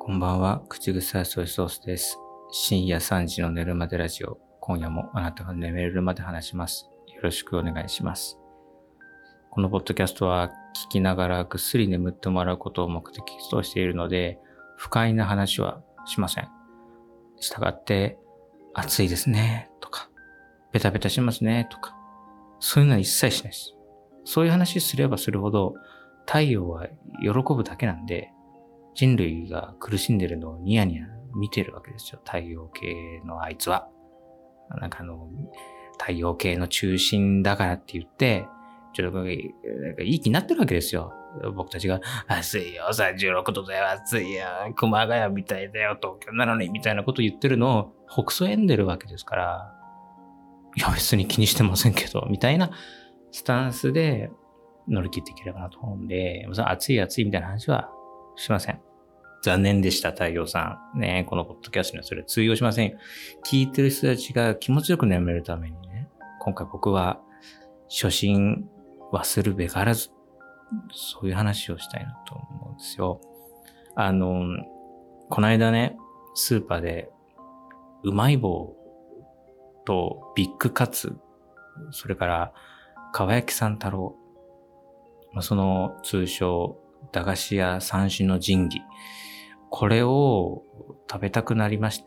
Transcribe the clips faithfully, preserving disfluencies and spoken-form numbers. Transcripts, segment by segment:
こんばんは、口臭いソイソースです。深夜さんじの寝るまでラジオ。今夜もあなたが眠れるまで話します。よろしくお願いします。このポッドキャストは聞きながらぐっすり眠ってもらうことを目的としているので、不快な話はしません。したがって、暑いですね、とか、ベタベタしますね、とか、そういうのは一切しないです。そういう話すればするほど、太陽は喜ぶだけなんで、人類が苦しんでるのをニヤニヤ見てるわけですよ。太陽系のあいつは。なんかあの、太陽系の中心だからって言って、ちょっとなんかいい気になってるわけですよ。僕たちが、暑いよ、さんじゅうろくどだよ、暑いよ、熊谷みたいだよ、東京なのに、みたいなこと言ってるのを、ほくそ笑んでるわけですから、いや別に気にしてませんけど、みたいなスタンスで乗り切っていければなと思うんで、暑い暑いみたいな話はしません。残念でした、太陽さん。ね、このポッドキャストにはそれ通用しませんよ。聞いてる人たちが気持ちよく眠れるためにね、今回僕は初心忘るべからず、そういう話をしたいなと思うんですよ。あの、この間ね、スーパーでうまい棒とビッグカツ、それからかば焼きさん太郎、その通称駄菓子屋三種の神器、これを食べたくなりまして、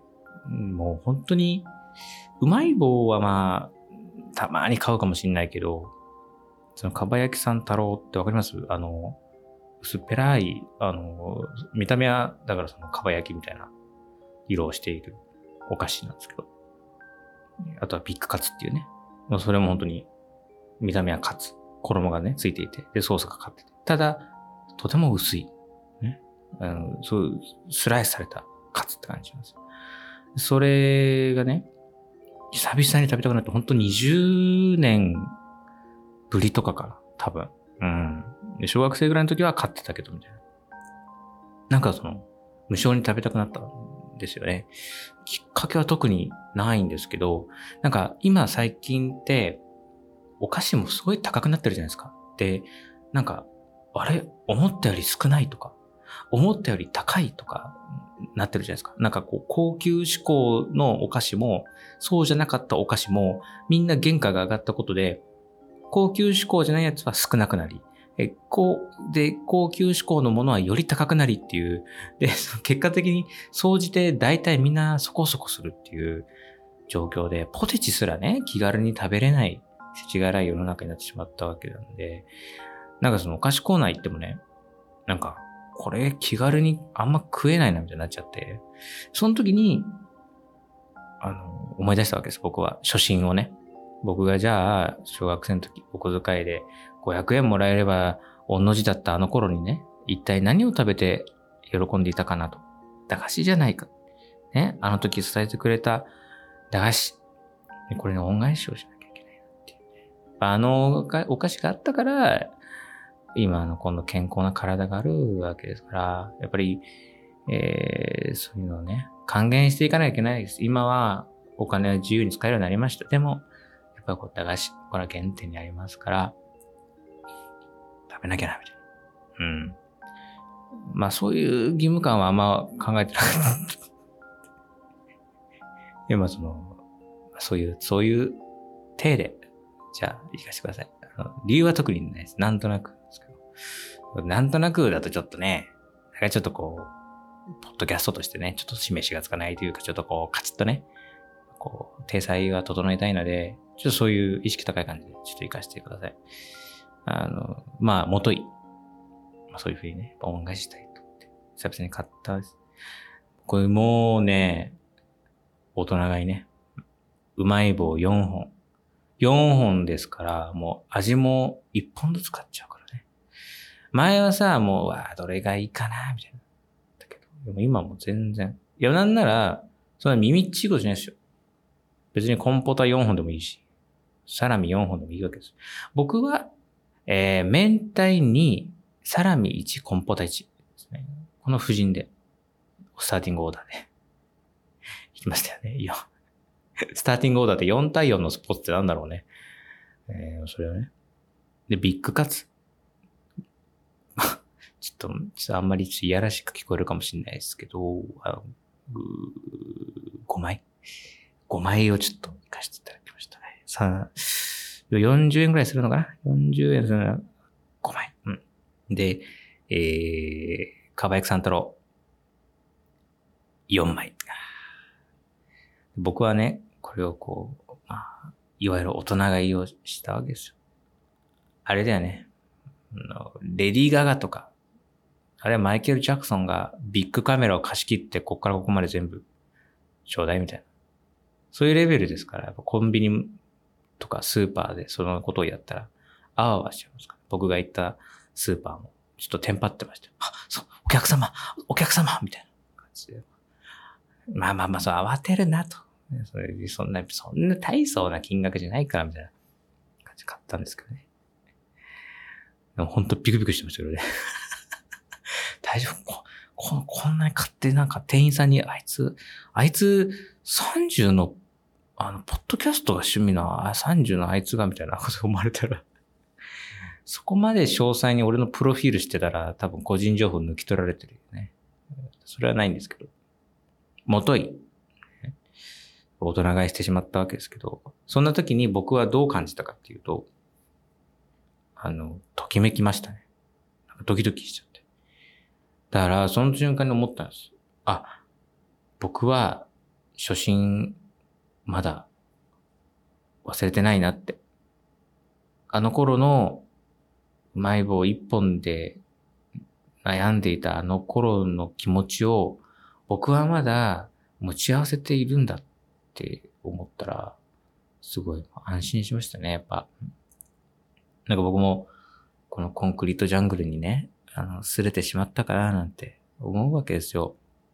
もう本当にうまい棒はまあたまに買うかもしれないけど、そのかば焼きさん太郎ってわかります？あの薄っぺらい、あの見た目はだからそのかば焼きみたいな色をしているお菓子なんですけど、あとはビッグカツっていうね、それも本当に見た目はカツ、衣がねついていて、でソースがかかってて、ただとても薄いね、うん、そうスライスされたカツって感じなんですよ。それがね、久々に食べたくなって、本当にじゅうねんぶりとかかな、多分。うん。で小学生ぐらいの時は買ってたけどみたいな。なんかその無性に食べたくなったんですよね。きっかけは特にないんですけど、なんか今最近ってお菓子もすごい高くなってるじゃないですか。で、なんかあれ思ったより少ないとか、思ったより高いとかなってるじゃないですか。なんかこう高級志向のお菓子もそうじゃなかったお菓子もみんな原価が上がったことで、高級志向じゃないやつは少なくなり、えこうで高級志向のものはより高くなりっていう、で結果的に総じて大体みんなそこそこするっていう状況で、ポテチすらね気軽に食べれない世知辛い世の中になってしまったわけなんで、なんかそのお菓子コーナー行ってもね、なんかこれ気軽にあんま食えないなみたいになっちゃって、その時にあの思い出したわけです。僕は初心をね。僕がじゃあ小学生の時お小遣いでごひゃくえんもらえれば御の字だったあの頃にね、一体何を食べて喜んでいたかなと。駄菓子じゃないか。ね、あの時伝えてくれた駄菓子。これの恩返しをしなきゃいけないなっていうね。あのお菓子があったから、今のこの健康な体があるわけですから、やっぱり、えー、そういうのをね、還元していかなきゃいけないです。今はお金を自由に使えるようになりました。でも、やっぱりこう駄菓子、これは原点にありますから、食べなきゃな、みたいな。うん。まあそういう義務感はあんま考えてなかった。いや、まあその、そういう、そういう体で、じゃあ、行かせてください。あの理由は特にないです。なんとなくですけど。なんとなくだとちょっとね、なんかちょっとこう、ポッドキャストとしてね、ちょっと示しがつかないというか、ちょっとこう、カチッとね、こう、体裁は整えたいので、ちょっとそういう意識高い感じで、ちょっと活かしてください。あの、まあ、もとい。まあ、そういうふうにね、恩返ししたいと思って、久々に買ったです。これもうね、大人買いね、うまい棒よんほん。よんほんですから、もう味もいっぽんずつ買っちゃうからね。前はさ、もう、わあ、どれがいいかな、みたいな。だけど、でも今もう全然。いや、なんなら、そんな耳っちいことしないですよ。別にコンポタよんほんでもいいし、サラミよんほんでもいいわけです。僕は、えー、明太に、サラミいち、コンポタいちですね。この布陣で、スターティングオーダーで。いきましたよね。いや、スターティングオーダーってよん対よんのスポーツってなんだろうね。えー、それをね。で、ビッグカツ。 ちょっと、ちょっとあんまりちょっといやらしく聞こえるかもしれないですけど、あのごまい ?ご 枚をちょっと行かせていただきましたね。さあ、よんじゅうえんくらいするのかな ?よんじゅう 円するのがごまい。うん。で、えー、かばやくさん太郎。よんまい。僕はね、これをこう、まあ、いわゆる大人買いをしたわけですよ。あれだよね。レディー・ガガとか、あれはマイケル・ジャクソンがビッグカメラを貸し切ってこっからここまで全部ちょうだいみたいな。そういうレベルですから、やっぱコンビニとかスーパーでそのことをやったら、あわあわしちゃいますから。僕が行ったスーパーもちょっとテンパってました。あ、そう、お客様、お客様みたいな感じで。まあまあまあ、そう慌てるなと。それそんな、そんな大層な金額じゃないからみたいな感じで買ったんですけどね。でもほんとビクビクしてましたけどね。大丈夫こ、こ、こんなに買ってなんか店員さんにあいつ、あいつさんじゅうの、あの、ポッドキャストが趣味のさんじゅうのあいつがみたいなこと思われたら、そこまで詳細に俺のプロフィールしてたら多分個人情報抜き取られてるよね。それはないんですけど。もとい。大人買いしてしまったわけですけど、そんな時に僕はどう感じたかっていうと、あの、ときめきましたね。なんかドキドキしちゃって。だから、その瞬間に思ったんです。あ、僕は初心まだ忘れてないなって。あの頃のうまい棒一本で悩んでいたあの頃の気持ちを僕はまだ持ち合わせているんだって思ったら、すごい安心しましたね、やっぱ。なんか僕もこのコンクリートジャングルにね、あの、擦れてしまったかななんて思うわけですよ。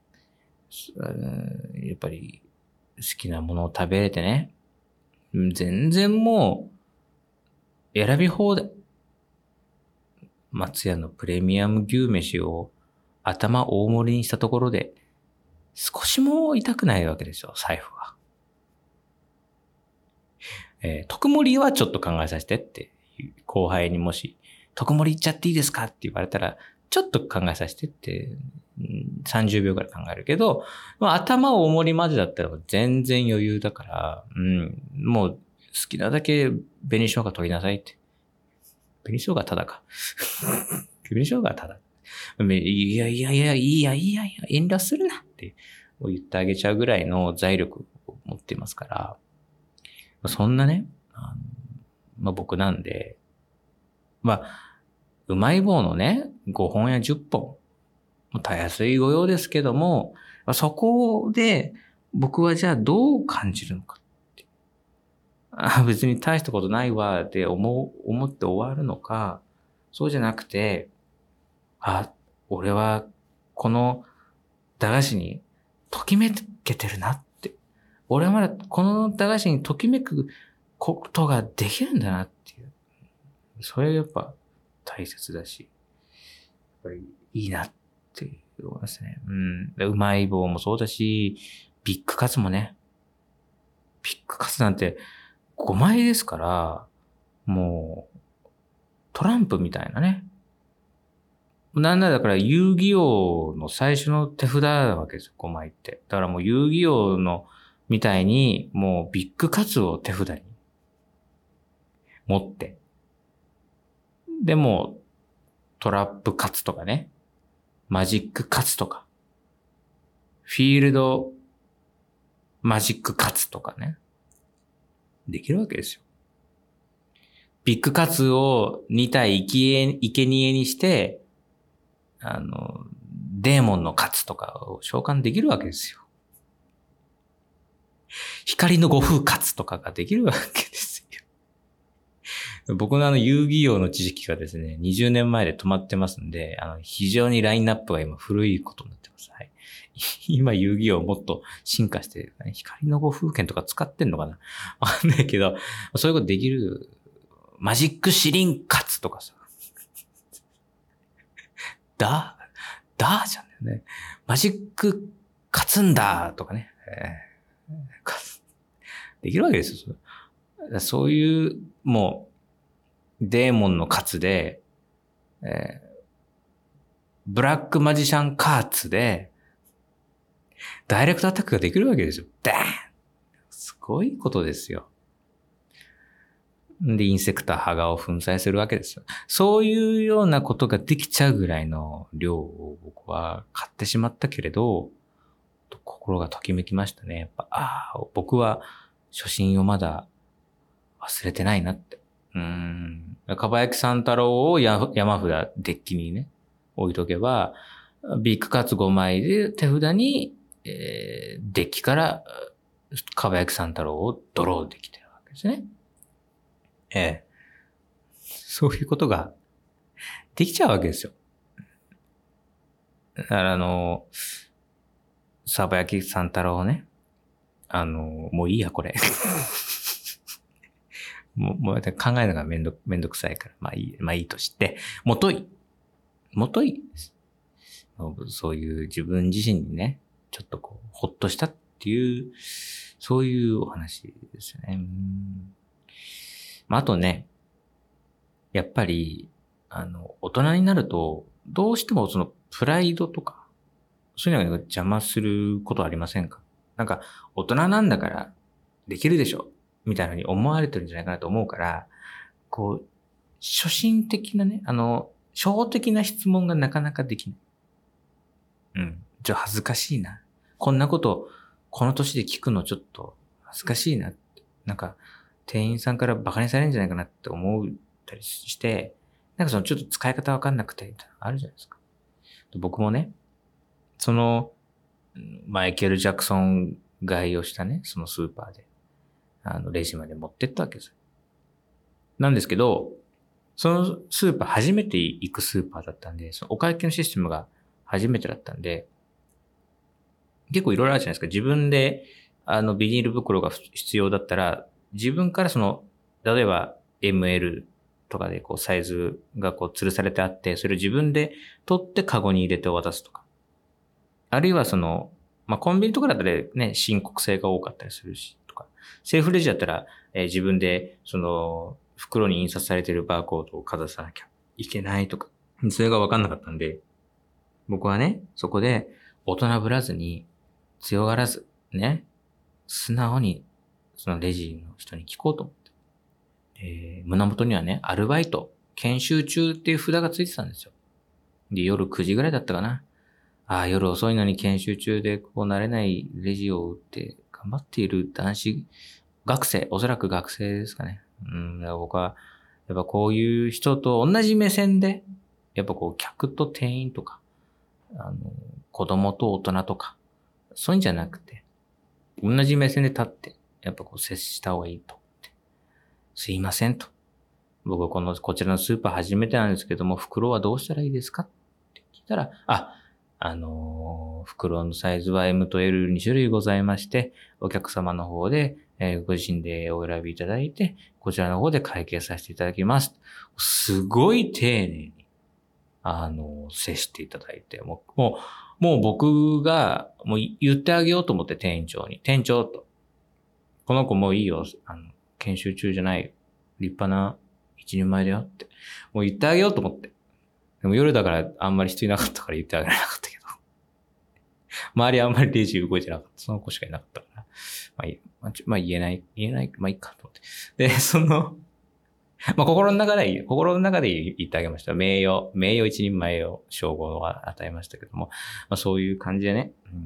やっぱり好きなものを食べれてね、全然もう選び放題。松屋のプレミアム牛飯を頭大盛りにしたところで少しも痛くないわけですよ、財布は。えー、特盛りはちょっと考えさせてって後輩にもし特盛りいっちゃっていいですかって言われたらちょっと考えさせてってさんじゅうびょうくらい考えるけど、まあ、頭大盛りまでだったら全然余裕だから、うん、もう好きなだけ紅生姜取りなさいって。紅生姜はただか。紅生姜はただ。いやいやいや、いいやいいやいや、遠慮するなって言ってあげちゃうぐらいの財力を持っていますから、そんなね、あのまあ、僕なんで、まあ、うまい棒のね、ごほんやじゅっぽん、たやすい御用ですけども、そこで僕はじゃあどう感じるのかって。あ、別に大したことないわって思う、思って終わるのか、そうじゃなくて、あ、俺はこの駄菓子にときめけてるなって。俺はまだこの駄菓子にときめくことができるんだなっていう。それやっぱ大切だし、やっぱりいいなって思いますね。うん。うまい棒もそうだし、ビッグカツもね。ビッグカツなんてごまいですから、もうトランプみたいなね。なんならだから遊戯王の最初の手札なわけですよ、ごまいって。だからもう遊戯王のみたいに、もうビッグカツを手札に持って。でも、トラップカツとかね、マジックカツとか、フィールドマジックカツとかね、できるわけですよ。ビッグカツをに体生贄にして、あの、デーモンのカツとかを召喚できるわけですよ。光の五風カツとかができるわけですよ。僕のあの遊戯王の知識がですね、にじゅうねんまえで止まってますんで、あの、非常にラインナップが今古いことになってます。はい。今遊戯王もっと進化して、ね、光の五風剣とか使ってんのかなわかんないけど、そういうことできる、マジックシリンカツとかさ。だ、だーじゃんだよね。マジックカツンダーとかね。えー、できるわけですよ。そういう、もう、デーモンのカツで、えブラックマジシャンカーツで、ダイレクトアタックができるわけですよ。ダーン！すごいことですよ。で、インセクター、ハガを粉砕するわけですよ。そういうようなことができちゃうぐらいの量を僕は買ってしまったけれど、心がときめきましたね。やっぱ、ああ、僕は初心をまだ忘れてないなって。うーん。かばやきさん太郎をや山札、デッキにね、置いとけば、ビッグカツごまいで手札に、えー、デッキからかばやきさん太郎をドローできてるわけですね。ええ。そういうことができちゃうわけですよ。だからあの、さばやきさん太郎ね。あの、もういいや、これ。もう、もう考えるのがめんど、めんどくさいから。まあいい、まあいいとして。もとい。もといです。そういう自分自身にね、ちょっとこう、ほっとしたっていう、そういうお話ですよね。うん、まああとね、やっぱり、あの、大人になると、どうしてもそのプライドとか、そういうのが邪魔することありませんか？なんか、大人なんだからできるでしょみたいなに思われてるんじゃないかなと思うから、こう、初心的なね、あの、初歩的な質問がなかなかできない。うん。ちょっと恥ずかしいな。こんなこと、この年で聞くのちょっと恥ずかしいなって。なんか、店員さんからバカにされるんじゃないかなって思ったりして、なんかそのちょっと使い方わかんなくて、あるじゃないですか。僕もね、その、マイケル・ジャクソン買いをしたね、そのスーパーで、あの、レジまで持ってったわけですよ。なんですけど、そのスーパー初めて行くスーパーだったんで、そのお会計のシステムが初めてだったんで、結構いろいろあるじゃないですか。自分で、あの、ビニール袋が必要だったら、自分からその、例えば エムエル とかでこうサイズがこう吊るされてあって、それを自分で取ってカゴに入れて渡すとか。あるいはその、まあ、コンビニとかだったらね、申告制が多かったりするし、とか。セーフレジだったら、えー、自分で、その、袋に印刷されているバーコードをかざさなきゃいけないとか。それが分かんなかったんで、僕はね、そこで大人ぶらずに、強がらず、ね、素直に、そのレジの人に聞こうと思って。えー、胸元にはね、アルバイト、研修中っていう札がついてたんですよ。で、夜くじぐらいだったかな。ああ、夜遅いのに研修中でこう慣れないレジを打って頑張っている男子学生、おそらく学生ですかね。うん、僕は、やっぱこういう人と同じ目線で、やっぱこう客と店員とか、あの、子供と大人とか、そういうんじゃなくて、同じ目線で立って、やっぱこう接した方がいいと思って。すいませんと。僕はこの、こちらのスーパー初めてなんですけども、袋はどうしたらいいですかって聞いたら、あ、あのー、袋のサイズは エム と エルに種類ございまして、お客様の方で、えー、ご自身でお選びいただいて、こちらの方で会計させていただきます。すごい丁寧に、あのー、接していただいて、もう、もう、もう僕が、もう言ってあげようと思って店長に、店長と、この子もういいよ、あの、研修中じゃないよ。立派な一人前だよって、もう言ってあげようと思って。でも夜だからあんまり人いなかったから言ってあげられなかったけど。周りあんまりレジ動いてなかった。その子しかいなかったから。まあいい、まあ、まあ、言えない、言えない、まあいいかと思って。で、その、まあ心の中で、心の中で言ってあげました。名誉、名誉一人前を称号は与えましたけども、まあそういう感じでね、うん、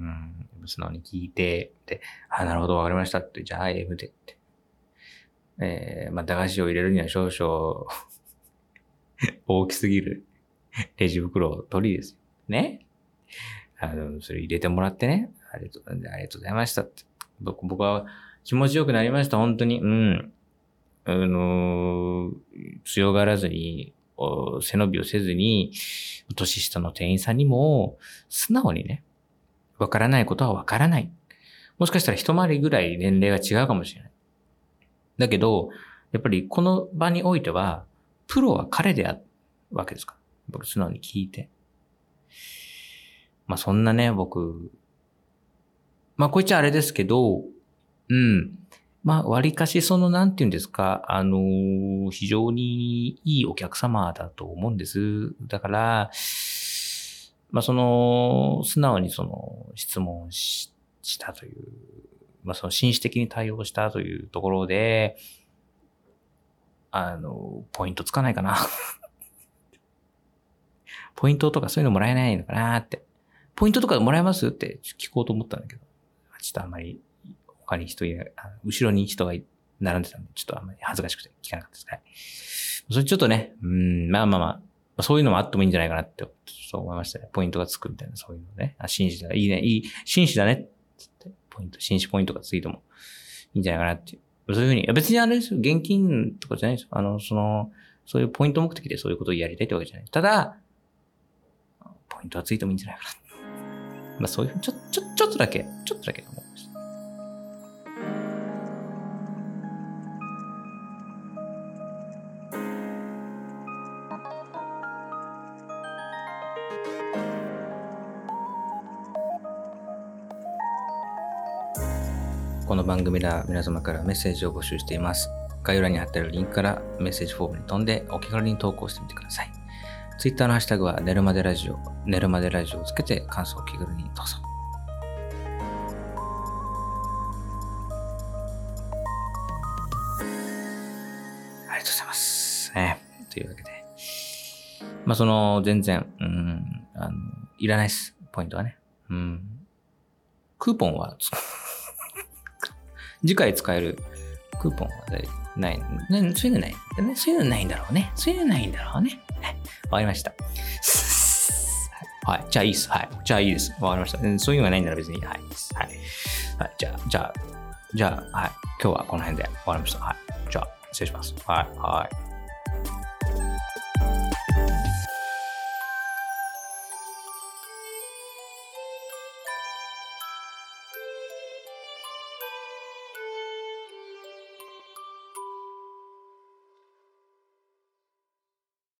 素直に聞いて、で、あ、なるほどわかりましたって、じゃあ M でって。えー、まあ駄菓子を入れるには少々大きすぎるレジ袋を取りですよ。ね。あの、それ入れてもらってね。ありがとう、ありがとうございましたって。僕、僕は気持ちよくなりました。本当に。うん。あのー、強がらずに、背伸びをせずに、年下の店員さんにも、素直にね、わからないことはわからない。もしかしたら一回りぐらい年齢が違うかもしれない。だけど、やっぱりこの場においては、プロは彼であるわけですから。僕素直に聞いて。まあそんなね、僕、まあこいつはあれですけど、うん。まあ割かしそのなんて言うんですか、あのー、非常にいいお客様だと思うんです。だから、 まあ、その、素直にその質問ししたという、まあ、その紳士的に対応したというところで、あの、ポイントつかないかな。ポイントとかそういうのもらえないのかなって。ポイントとかもらえますって聞こうと思ったんだけど、ちょっとあんまり他に人いない、後ろに人が並んでたんで、ちょっとあんまり恥ずかしくて聞かなかったですね。それちょっとね、うん、まあまあまあ、そういうのもあってもいいんじゃないかなって、ちょっと思いましたね。ポイントがつくみたいな、そういうのね。あ、紳士だ、いいね、いい、紳士だね。つって、ポイント、紳士ポイントがついてもいいんじゃないかなっていう。そういうふうに、別にあれですよ、現金とかじゃないですよ。あの、その、そういうポイント目的でそういうことをやりたいってわけじゃない。ただ、ポイントはついてもいいんじゃないかな。まあそういうふうに、ちょ、ちょ、ちょっとだけ、ちょっとだけ思いました。この番組では皆様からメッセージを募集しています。概要欄に貼ってあるリンクからメッセージフォームに飛んでお気軽に投稿してみてください。Twitter のハッシュタグは寝るまでラジオ、寝るまでラジオをつけて感想を気軽にどうぞ。ありがとうございます。ね、というわけで。まあその全然、うん、あの、いらないです。ポイントはね。うん。クーポンは次回使えるクーポンはない。ね、そういうのない。ね、そういうのないんだろうね。そういうのないんだろうね。わかりました。はい。じゃあいいです。はい。じゃあいいです。わかりました。そういうのがないんなら別に。はい。はい。はい。じゃあ、じゃあ、じゃあ、はい。今日はこの辺で終わりました。はい。じゃあ、失礼します。はい。はい。